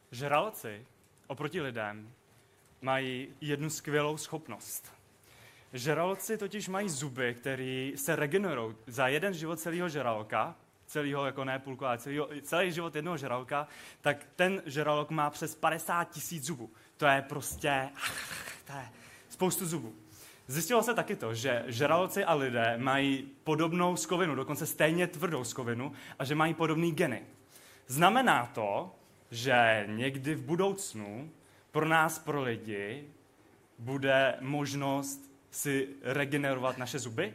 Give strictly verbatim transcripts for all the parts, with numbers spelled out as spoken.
Žraloci oproti lidem mají jednu skvělou schopnost. Žraloci totiž mají zuby, které se regenerují. Za jeden život celého žraloka, celého jako ne půlku, ale celýho, celý život jednoho žraloka, tak ten žralok má přes padesát tisíc zubů. To je prostě, to je spoustu zubů. Zjistilo se taky to, že žraloci a lidé mají podobnou skovinu, dokonce stejně tvrdou skovinu, a že mají podobné geny. Znamená to, že někdy v budoucnu pro nás, pro lidi, bude možnost si regenerovat naše zuby?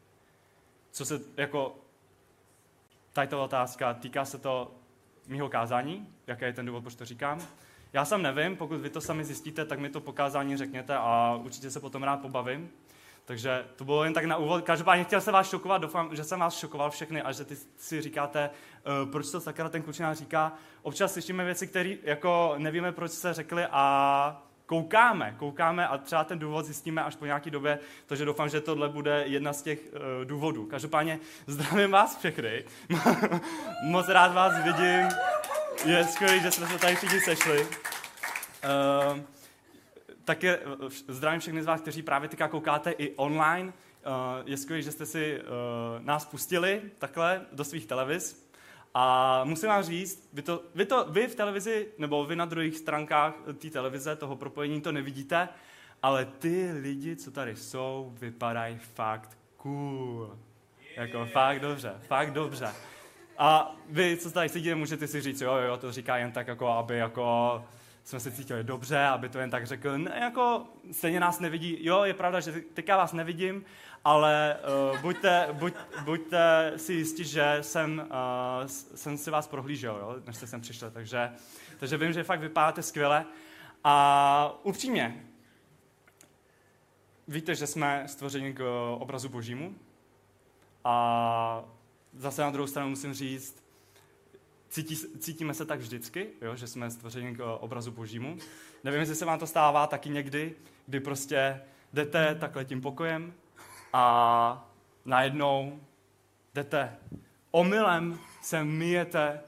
Co se, jako, tady ta otázka, týká se to mýho kázání? Jaký je ten důvod, proč to říkám? Já sám nevím, pokud vy to sami zjistíte, tak mi to po kázání řekněte a určitě se potom rád pobavím. Takže to bylo jen tak na úvod. Každopádně chtěl jsem vás šokovat, doufám, že jsem vás šokoval všechny a že ty si říkáte, uh, proč to sakra ten klučina říká. Občas slyšíme věci, které jako nevíme, proč se řekli a koukáme, koukáme a třeba ten důvod zjistíme až po nějaké době, takže doufám, že tohle bude jedna z těch uh, důvodů. Každopádně zdravím vás všechny. Moc rád vás vidím. Je skvělé, že jsme se tady všichni sešli. Uh, také zdravím všechny z vás, kteří právě teďka koukáte i online. Uh, je skvělé, že jste si uh, nás pustili takhle do svých televiz. A musím vám říct, vy, to, vy, to, vy v televizi, nebo vy na druhých stránkách té televize, toho propojení to nevidíte, ale ty lidi, co tady jsou, vypadají fakt cool. Jako fakt dobře, fakt dobře. A vy, co tady sedíte, můžete si říct, jo, jo, to říká jen tak, jako, aby jako jsme se cítili dobře, aby to jen tak řekl. Ne, jako stejně nás nevidí. Jo, je pravda, že teďka vás nevidím, ale uh, buďte, buď, buďte si jistí, že jsem, uh, jsem si vás prohlížel, jo, než jste sem přišli. Takže, takže vím, že fakt vypadáte skvěle. A upřímně, víte, že jsme stvořeni k obrazu Božímu. A zase na druhou stranu musím říct, cítí, cítíme se tak vždycky, jo, že jsme stvořeni k obrazu Božímu. Nevím, jestli se vám to stává taky někdy, kdy prostě jdete takhle tím pokojem a najednou jdete omylem, se myjete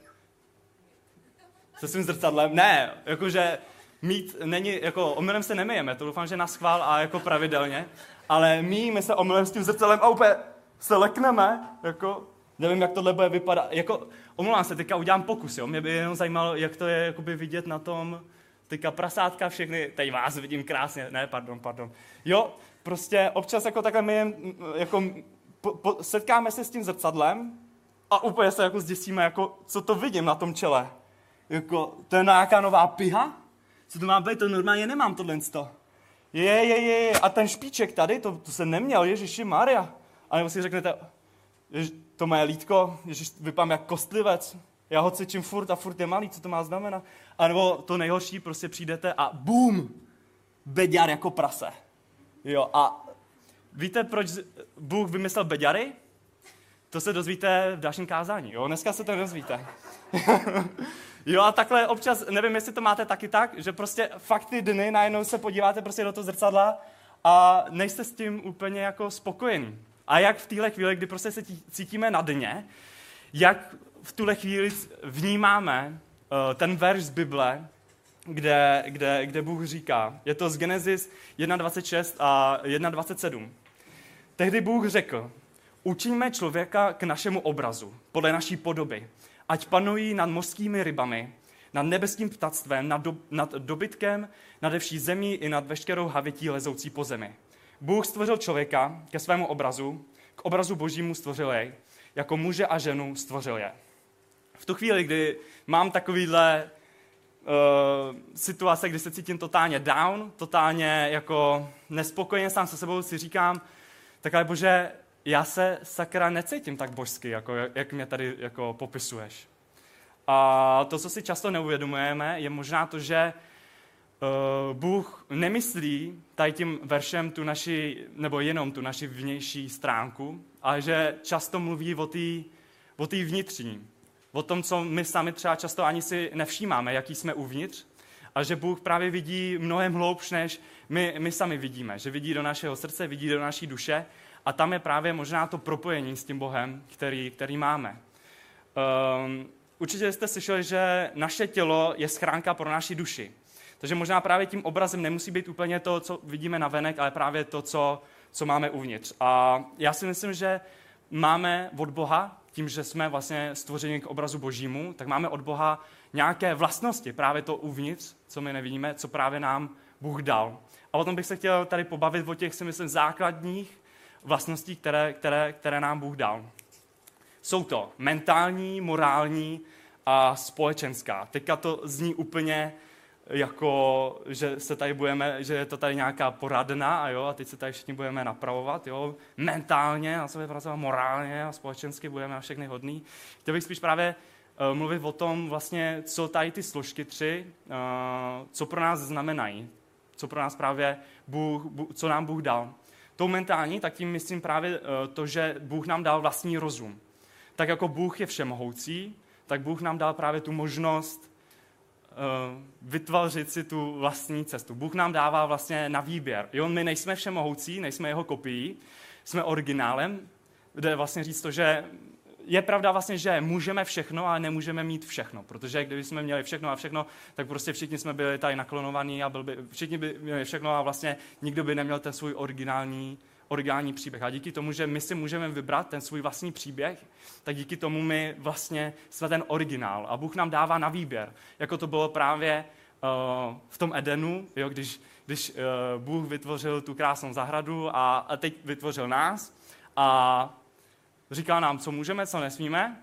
se svým zrcadlem. Ne, jakože mít není, jako omylem se nemyjeme, to doufám, že na schvál a jako pravidelně, ale myjíme se omylem s tím zrcadlem a úplně se lekneme, jako nevím, jak tohle bude vypadat. Jako, omlouvám se, teďka udělám pokus, jo? Mě by jenom zajímalo, jak to je jakoby vidět na tom, teďka prasátka všechny, tady vás vidím krásně, ne, pardon, pardon. Jo, prostě občas jako takhle my jen, jako, po, po, setkáme se s tím zrcadlem a úplně se jako zděsíme, jako, co to vidím na tom čele. Jako, to je nějaká nová piha? Co to má být? To normálně nemám tohle. Je, je, je, je, a ten špiček tady, to, to jsem neměl, Ježiši Maria. A nebo si řeknete, jež, to moje lítko, ježiš, vypadám jak kostlivec, já ho cvičím furt a furt je malý, co to má znamenat? A nebo to nejhorší, prostě přijdete a bum, beďar jako prase. Jo, a víte, proč Bůh vymyslel beďary? To se dozvíte v dalším kázání, jo, dneska se to dozvíte. Jo, a takhle občas, nevím, jestli to máte taky tak, že prostě fakt ty dny najednou se podíváte prostě do toho zrcadla a nejste s tím úplně jako spokojení. A jak v téhle chvíli, kdy prostě se cítíme na dně, jak v tuhle chvíli vnímáme uh, ten verš z Bible, kde, kde, kde Bůh říká. Je to z Genesis jedna dvacet šest a jedna dvacet sedm. Tehdy Bůh řekl, učiňme člověka k našemu obrazu, podle naší podoby, ať panují nad mořskými rybami, nad nebeským ptactvem, nad, do, nad dobytkem, nade vší zemí i nad veškerou havětí lezoucí po zemi. Bůh stvořil člověka ke svému obrazu, k obrazu Božímu stvořil jej, jako muže a ženu stvořil je. V tu chvíli, kdy mám takovýhle uh, situace, kdy se cítím totálně down, totálně jako nespokojeně sám se sebou, si říkám, tak ale Bože, já se sakra necítím tak božsky, jako, jak mě tady jako popisuješ. A to, co si často neuvědomujeme, je možná to, že uh, Bůh nemyslí tady tím veršem tu naši, nebo jenom tu naši vnější stránku, ale že často mluví o té o té vnitřní. O tom, co my sami třeba často ani si nevšímáme, jaký jsme uvnitř. A že Bůh právě vidí mnohem hloubš, než my, my sami vidíme. Že vidí do našeho srdce, vidí do naší duše. A tam je právě možná to propojení s tím Bohem, který, který máme. Um, určitě jste slyšeli, že naše tělo je schránka pro naši duši. Takže možná právě tím obrazem nemusí být úplně to, co vidíme navenek, ale právě to, co, co máme uvnitř. A já si myslím, že máme od Boha, tím, že jsme vlastně stvořeni k obrazu Božímu, tak máme od Boha nějaké vlastnosti, právě to uvnitř, co my nevidíme, co právě nám Bůh dal. A o tom bych se chtěl tady pobavit o těch, si myslím, základních vlastností, které, které, které nám Bůh dal. Jsou to mentální, morální a společenská. Teďka to zní úplně jako, že se tady budeme, že je to tady nějaká poradna a jo, a teď se tady všichni budeme napravovat, jo, mentálně na sobě pracovat, morálně a společensky budeme na všechny hodný. Chtěl bych spíš právě uh, mluvit o tom vlastně, co tady ty složky tři, uh, co pro nás znamenají, co pro nás právě Bůh, Bůh, co nám Bůh dal. Tou mentální, tak tím myslím právě uh, to, že Bůh nám dal vlastní rozum. Tak jako Bůh je všemohoucí, tak Bůh nám dal právě tu možnost vytvořit si tu vlastní cestu. Bůh nám dává vlastně na výběr. Jo, my nejsme všemohoucí, nejsme jeho kopií, jsme originálem, kde vlastně říct to, že je pravda vlastně, že můžeme všechno, ale nemůžeme mít všechno, protože kdyby jsme měli všechno a všechno, tak prostě všichni jsme byli tady naklonovaní a byl by, všichni by měli všechno a vlastně nikdo by neměl ten svůj originální originální příběh. A díky tomu, že my si můžeme vybrat ten svůj vlastní příběh, tak díky tomu my vlastně jsme ten originál. A Bůh nám dává na výběr. Jako to bylo právě uh, v tom Edenu, jo, když, když uh, Bůh vytvořil tu krásnou zahradu a, a teď vytvořil nás a říká nám, co můžeme, co nesmíme,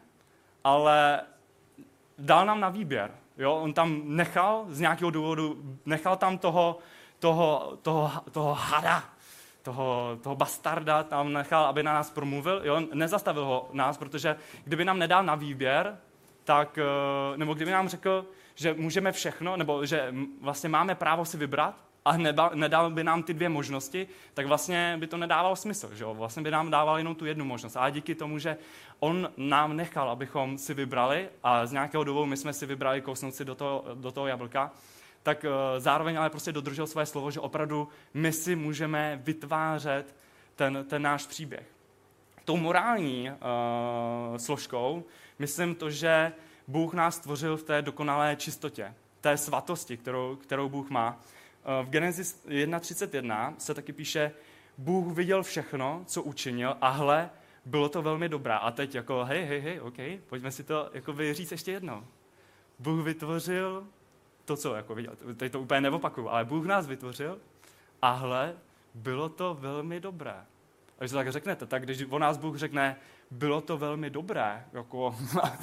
ale dal nám na výběr. Jo? On tam nechal z nějakého důvodu, nechal tam toho, toho, toho, toho hada, Toho, toho bastarda tam nechal, aby na nás promluvil. Jo? Nezastavil ho nás, protože kdyby nám nedal na výběr, tak, nebo kdyby nám řekl, že můžeme všechno, nebo že vlastně máme právo si vybrat a nedal by nám ty dvě možnosti, tak vlastně by to nedávalo smysl. Že jo? Vlastně by nám dával jenom tu jednu možnost. A díky tomu, že on nám nechal, abychom si vybrali a z nějakého důvodu my jsme si vybrali kousnout si do toho, do toho jablka, tak zároveň ale prostě dodržel své slovo, že opravdu my si můžeme vytvářet ten, ten náš příběh. Tou morální uh, složkou myslím to, že Bůh nás stvořil v té dokonalé čistotě, té svatosti, kterou, kterou Bůh má. Uh, v Genesis jedna třicet jedna se taky píše, Bůh viděl všechno, co učinil a hle, bylo to velmi dobré. A teď jako hej, hej, hej, OK, pojďme si to jako říct ještě jednou. Bůh vytvořil to, co jako viděl, teď to úplně neopakuju, ale Bůh nás vytvořil a hle, bylo to velmi dobré. A když to tak řeknete, tak když o nás Bůh řekne, bylo to velmi dobré, jako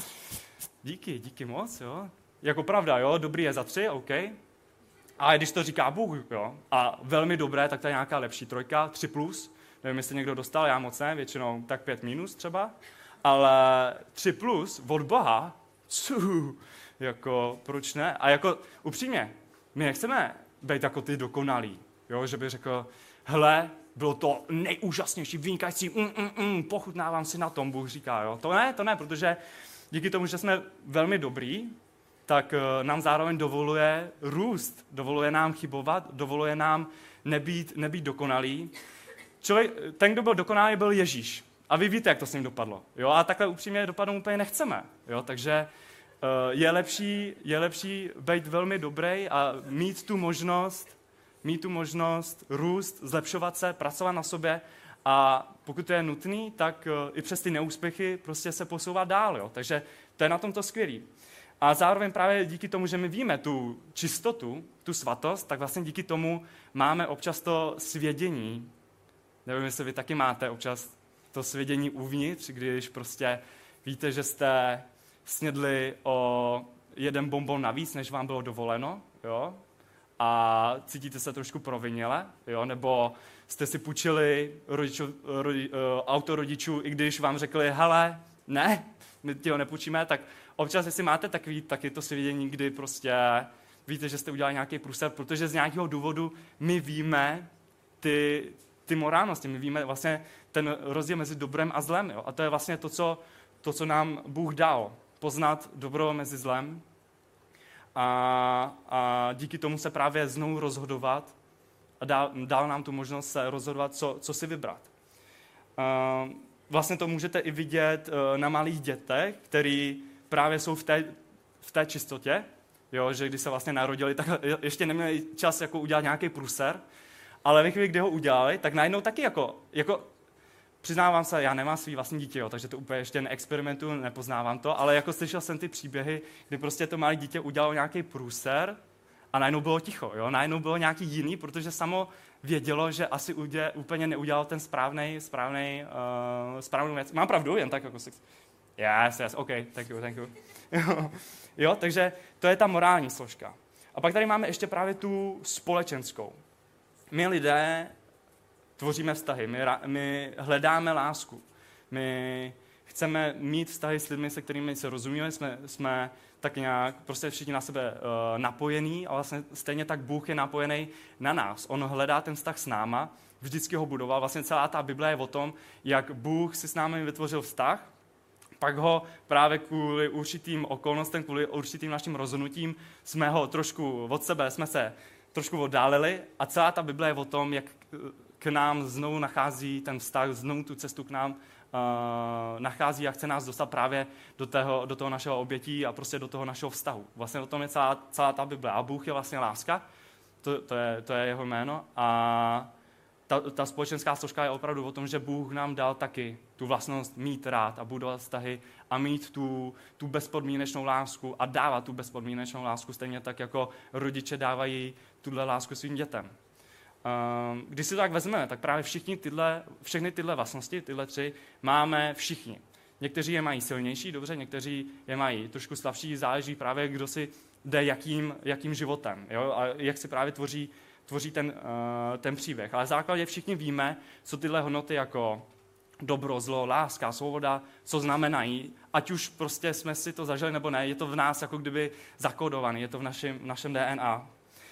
díky, díky moc, jo. Jako pravda, jo, dobrý je za tři, OK. A když to říká Bůh, jo, a velmi dobré, tak to je nějaká lepší trojka, tři plus, nevím, jestli někdo dostal, já moc ne, většinou tak pět minus třeba, ale tři plus od Boha, cu, jako, proč ne? A jako, upřímně, my nechceme být jako ty dokonalí, jo? Že by řekl, hele, bylo to nejúžasnější, vynikající, mm, mm, mm, pochutnávám si na tom, Bůh říká, jo? To ne, to ne, protože díky tomu, že jsme velmi dobrý, tak uh, nám zároveň dovoluje růst, dovoluje nám chybovat, dovoluje nám nebýt, nebýt dokonalý. Člověk, ten, kdo byl dokonalý, byl Ježíš. A vy víte, jak to s ním dopadlo. Jo? A takhle upřímně dopadnout úplně nechceme. Jo? Takže Je lepší, je lepší být velmi dobrý a mít tu možnost, mít tu možnost růst, zlepšovat se, pracovat na sobě a pokud to je nutný, tak i přes ty neúspěchy prostě se posouvat dál. Jo? Takže to je na tom to skvělý. A zároveň právě díky tomu, že my víme tu čistotu, tu svatost, tak vlastně díky tomu máme občas to svědění. Nevím, jestli vy taky máte občas to svědění uvnitř, když prostě víte, že jste snědli o jeden bonbon navíc, než vám bylo dovoleno, jo? A cítíte se trošku proviněle, jo? Nebo jste si půjčili rodiču, rodi, uh, auto rodičů, i když vám řekli, hele, ne, my ti ho nepůjčíme, tak občas, jestli máte takový, taky to svědění, kdy prostě víte, že jste udělali nějaký průser, protože z nějakého důvodu my víme ty, ty morálnosti, my víme vlastně ten rozdíl mezi dobrem a zlem, jo? A to je vlastně to, co, to, co nám Bůh dal. Poznat dobro mezi zlem a, a díky tomu se právě znovu rozhodovat a dál, dál nám tu možnost se rozhodovat, co, co si vybrat. Uh, vlastně to můžete i vidět uh, na malých dětech, který právě jsou v té, v té čistotě, jo, že když se vlastně narodili, tak ještě neměli čas jako udělat nějaký průser, ale ve chvíli, kdy ho udělali, tak najednou taky jako, jako přiznávám se, já nemám svý vlastní dítě, jo, takže to úplně ještě neexperimentuju, nepoznávám to, ale jako slyšel jsem ty příběhy, kdy prostě to malé dítě udělalo nějaký průser a najednou bylo ticho, jo, najednou bylo nějaký jiný, protože samo vědělo, že asi udě, úplně neudělal ten správnej, správnej, uh, správnou věc. Mám pravdu, jen tak jako sex. Yes, yes, OK, thank you, thank you. Jo, takže to je ta morální složka. A pak tady máme ještě právě tu společenskou. My lidé tvoříme vztahy, my, my hledáme lásku. My chceme mít vztahy s lidmi, se kterými se rozumíme, jsme, jsme tak nějak prostě všichni na sebe uh, napojení a vlastně stejně tak Bůh je napojený na nás. On hledá ten vztah s náma, vždycky ho budoval. Vlastně celá ta Bible je o tom, jak Bůh si s námi vytvořil vztah, pak ho právě kvůli určitým okolnostem, kvůli určitým našim rozhodnutím jsme ho trošku od sebe, jsme se trošku oddálili a celá ta Bible je o tom, jak k nám znovu nachází ten vztah, znovu tu cestu k nám uh, nachází a chce nás dostat právě do toho, do toho našeho obětí a prostě do toho našeho vztahu. Vlastně o tom je celá, celá ta Bible. A Bůh je vlastně láska, to, to, je, to je jeho jméno. A ta, ta společenská složka je opravdu o tom, že Bůh nám dal taky tu vlastnost mít rád a budovat vztahy a mít tu, tu bezpodmínečnou lásku a dávat tu bezpodmínečnou lásku stejně tak, jako rodiče dávají tuhle lásku svým dětem. Když si to tak vezmeme, tak právě všichni tyhle, všechny tyhle vlastnosti, tyhle tři, máme všichni. Někteří je mají silnější, dobře, někteří je mají trošku slabší, záleží právě, kdo si jde jakým, jakým životem, jo? A jak si právě tvoří, tvoří ten, uh, ten příběh. Ale v základě všichni víme, co tyhle hodnoty jako dobro, zlo, láska, svoboda, co znamenají, ať už prostě jsme si to zažili nebo ne, je to v nás jako kdyby zakódovaný, je to v našem, v našem D N A.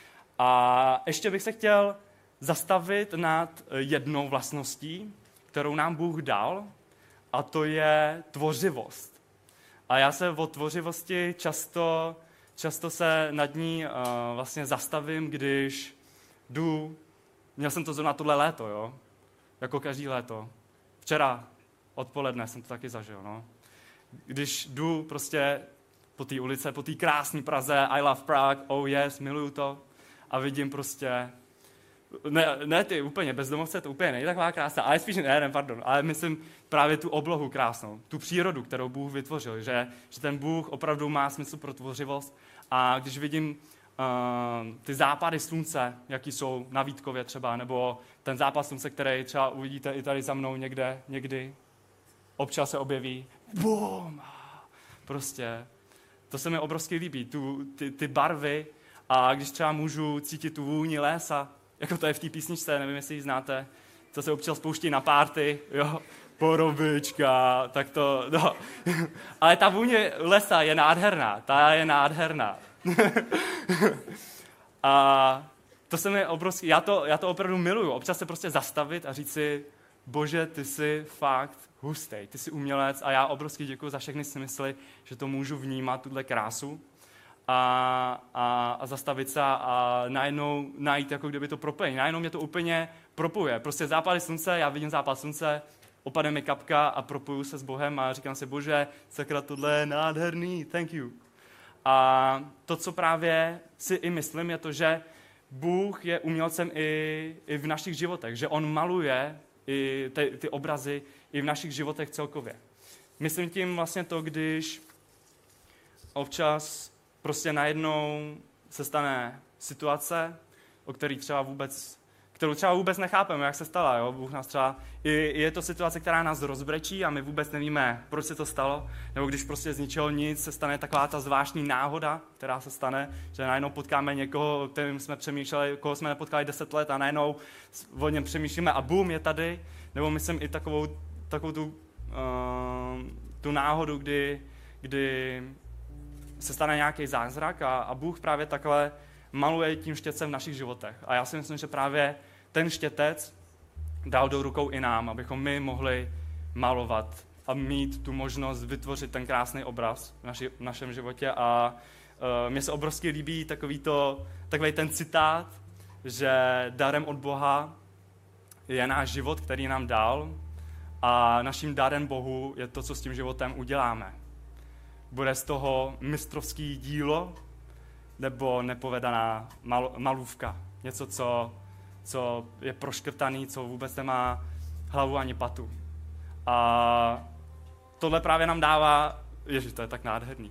A ještě bych se chtěl zastavit nad jednou vlastností, kterou nám Bůh dal, a to je tvořivost. A já se o tvořivosti často, často se nad ní uh, vlastně zastavím, když jdu, měl jsem to zrovna tohle léto, jo? Jako každý léto. Včera odpoledne jsem to taky zažil, no. Když jdu prostě po té ulici, po té krásné Praze, I love Prague, oh yes, miluju to, a vidím prostě, ne, ne ty úplně bezdomovce, to úplně není taková krása, ale spíš ne, ne, pardon, ale myslím právě tu oblohu krásnou, tu přírodu, kterou Bůh vytvořil, že, že ten Bůh opravdu má smysl pro tvořivost a když vidím uh, ty západy slunce, jaký jsou na Vítkově třeba, nebo ten západ slunce, který třeba uvidíte i tady za mnou někde, někdy, občas se objeví, bum, prostě, to se mi obrovsky líbí, tu, ty, ty barvy. A když třeba můžu cítit tu vůni lésa, jako to je v té písničce, nevím, jestli ji znáte, co se občas pouští na párty, jo, porobička, tak to, no. Ale ta vůně lesa je nádherná, ta je nádherná. A to se mi obrovský, já to, já to opravdu miluju, občas se prostě zastavit a říct si, Bože, ty jsi fakt hustej, ty jsi umělec a já obrovský děkuji za všechny smysly, že to můžu vnímat, tuhle krásu. A, a, a zastavit se a najednou najít, jako kdyby to propojení. Najednou mě to úplně propojuje. Prostě západy slunce, já vidím západ slunce, opadne mi kapka a propoju se s Bohem a říkám si, Bože, sakra, tohle je nádherný, thank you. A to, co právě si i myslím, je to, že Bůh je umělcem i, i v našich životech, že on maluje i ty, ty obrazy i v našich životech celkově. Myslím tím vlastně to, když občas prostě najednou se stane situace, o který třeba vůbec, kterou třeba vůbec nechápeme, jak se stala. Jo? Bůh nás třeba, je to situace, která nás rozbrečí a my vůbec nevíme, proč se to stalo. Nebo když prostě z ničeho nic se stane taková ta zvláštní náhoda, která se stane, že najednou potkáme někoho, o kterém jsme přemýšleli, koho jsme nepotkali deset let a najednou o něm přemýšlíme a bum, je tady. Nebo myslím i takovou, takovou tu, uh, tu náhodu, kdy, kdy se stane nějaký zázrak a, a Bůh právě takhle maluje tím štětcem v našich životech. A já si myslím, že právě ten štětec dal do rukou i nám, abychom my mohli malovat a mít tu možnost vytvořit ten krásný obraz v, naši, v našem životě. A uh, mně se obrovsky líbí takový, to, takový ten citát, že darem od Boha je náš život, který nám dal a naším darem Bohu je to, co s tím životem uděláme. bude z toho mistrovský dílo nebo nepovedaná mal, malůvka. Něco, co, co je proškrtaný, co vůbec nemá hlavu ani patu. A tohle právě nám dává, ježiš, to je tak nádherný.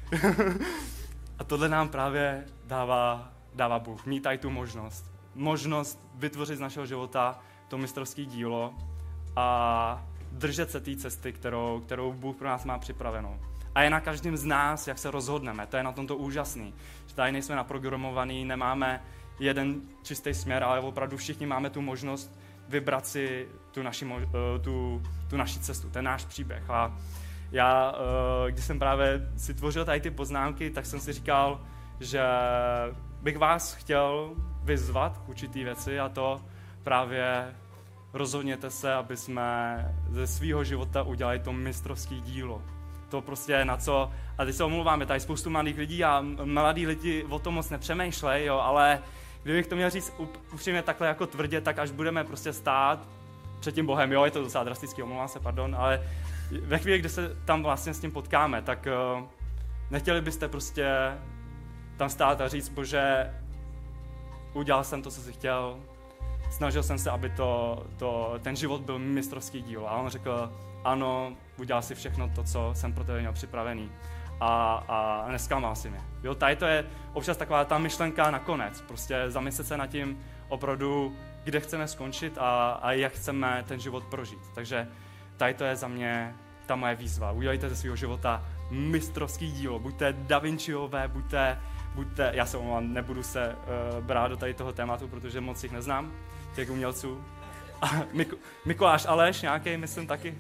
A tohle nám právě dává, dává Bůh. Mít tady tu možnost. Možnost vytvořit z našeho života to mistrovské dílo a držet se té cesty, kterou, kterou Bůh pro nás má připravenou. A je na každém z nás, jak se rozhodneme. To je na tomto úžasný. Že tady nejsme naprogramovaný, nemáme jeden čistý směr, ale opravdu všichni máme tu možnost vybrat si tu naši, tu, tu naši cestu, ten náš příběh. A já, když jsem právě si tvořil tady ty poznámky, tak jsem si říkal, že bych vás chtěl vyzvat k určitý věci, a to právě rozhodněte se, aby jsme ze svého života udělali to mistrovské dílo. To prostě na co, a teď se omlouvám, je tady spoustu mladých lidí a mladí lidi o tom moc nepřemýšlej, jo, ale kdybych to měl říct upřímně takhle jako tvrdě, tak až budeme prostě stát před tím Bohem, jo, je to docela drastický, omlouvám se, pardon, ale ve chvíli, kdy se tam vlastně s tím potkáme, tak uh, nechtěli byste prostě tam stát a říct, Bože, udělal jsem to, co jsi chtěl, snažil jsem se, aby to, to, ten život byl mistrovský díl. A on řekl, ano, udělal si všechno to, co jsem pro tebe měl připravený. A, a nesklamal si mě. Jo, tady to je občas taková ta myšlenka nakonec. Prostě zamyslet se nad tím opravdu, kde chceme skončit a, a jak chceme ten život prožít. Takže tady to je za mě ta moje výzva. Udělejte ze svého života mistrovský dílo. Buďte Da Vinciové, buďte, buďte, já se omlouvám, nebudu se uh, brát do tady toho tématu, protože moc jich neznám, těch umělců. A Mik- Mikuláš Aleš nějaký, myslím taky.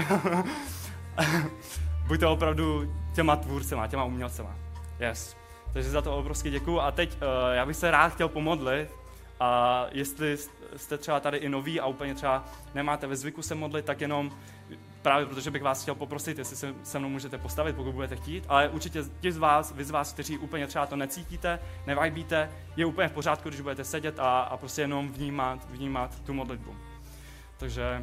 Buďte opravdu těma tvůrcema, těma umělcema. Yes. Takže za to obrovsky děkuju. A teď uh, já bych se rád chtěl pomodlit. A jestli jste třeba tady i noví a úplně třeba nemáte ve zvyku se modlit, tak jenom právě protože bych vás chtěl poprosit, jestli se se mnou můžete postavit, pokud budete chtít, ale určitě ti z vás, vy z vás, kteří úplně třeba to necítíte, nevajbíte, je úplně v pořádku, když budete sedět a, a prostě jenom vnímat, vnímat tu modlitbu. Takže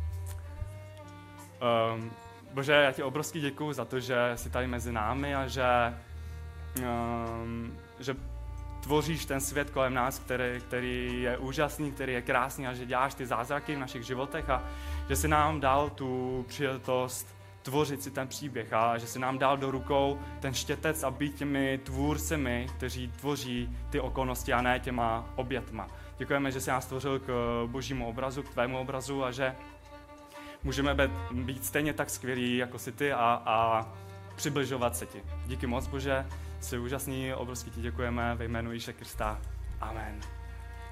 um, Bože, já ti obrovsky děkuju za to, že jsi tady mezi námi a že, um, že tvoříš ten svět kolem nás, který, který je úžasný, který je krásný a že děláš ty zázraky v našich životech a že jsi nám dal tu příležitost tvořit si ten příběh a že jsi nám dal do rukou ten štětec a být těmi tvůrcemi, kteří tvoří ty okolnosti a ne těma obětma. Děkujeme, že jsi nás stvořil k božímu obrazu, k tvému obrazu a že můžeme být stejně tak skvělí, jako jsi ty a, a přibližovat se ti. Díky moc, Bože, jsi úžasný, obrovsky ti děkujeme ve jménu Ježíše Krista. Amen.